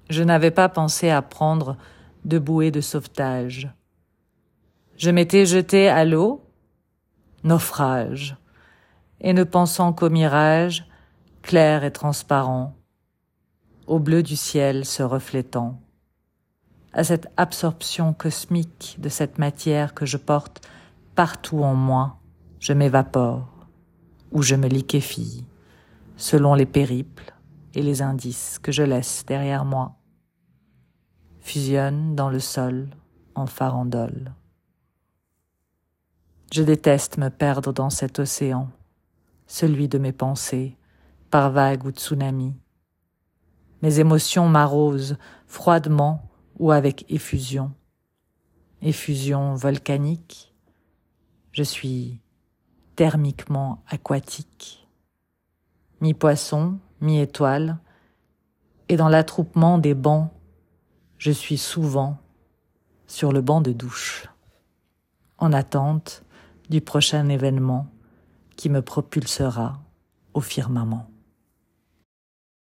Je n'avais pas pensé à prendre de bouée de sauvetage. Je m'étais jeté à l'eau, naufrage, et ne pensant qu'au mirage, clair et transparent, au bleu du ciel se reflétant, à cette absorption cosmique de cette matière que je porte partout en moi, je m'évapore ou je me liquéfie, selon les périples et les indices que je laisse derrière moi, fusionne dans le sol en farandole. Je déteste me perdre dans cet océan, celui de mes pensées, par vagues ou tsunamis. Mes émotions m'arrosent froidement ou avec effusion. Effusion volcanique. Je suis thermiquement aquatique. Mi-poisson, mi-étoile, et dans l'attroupement des bancs, je suis souvent sur le banc de douche, en attente du prochain événement qui me propulsera au firmament.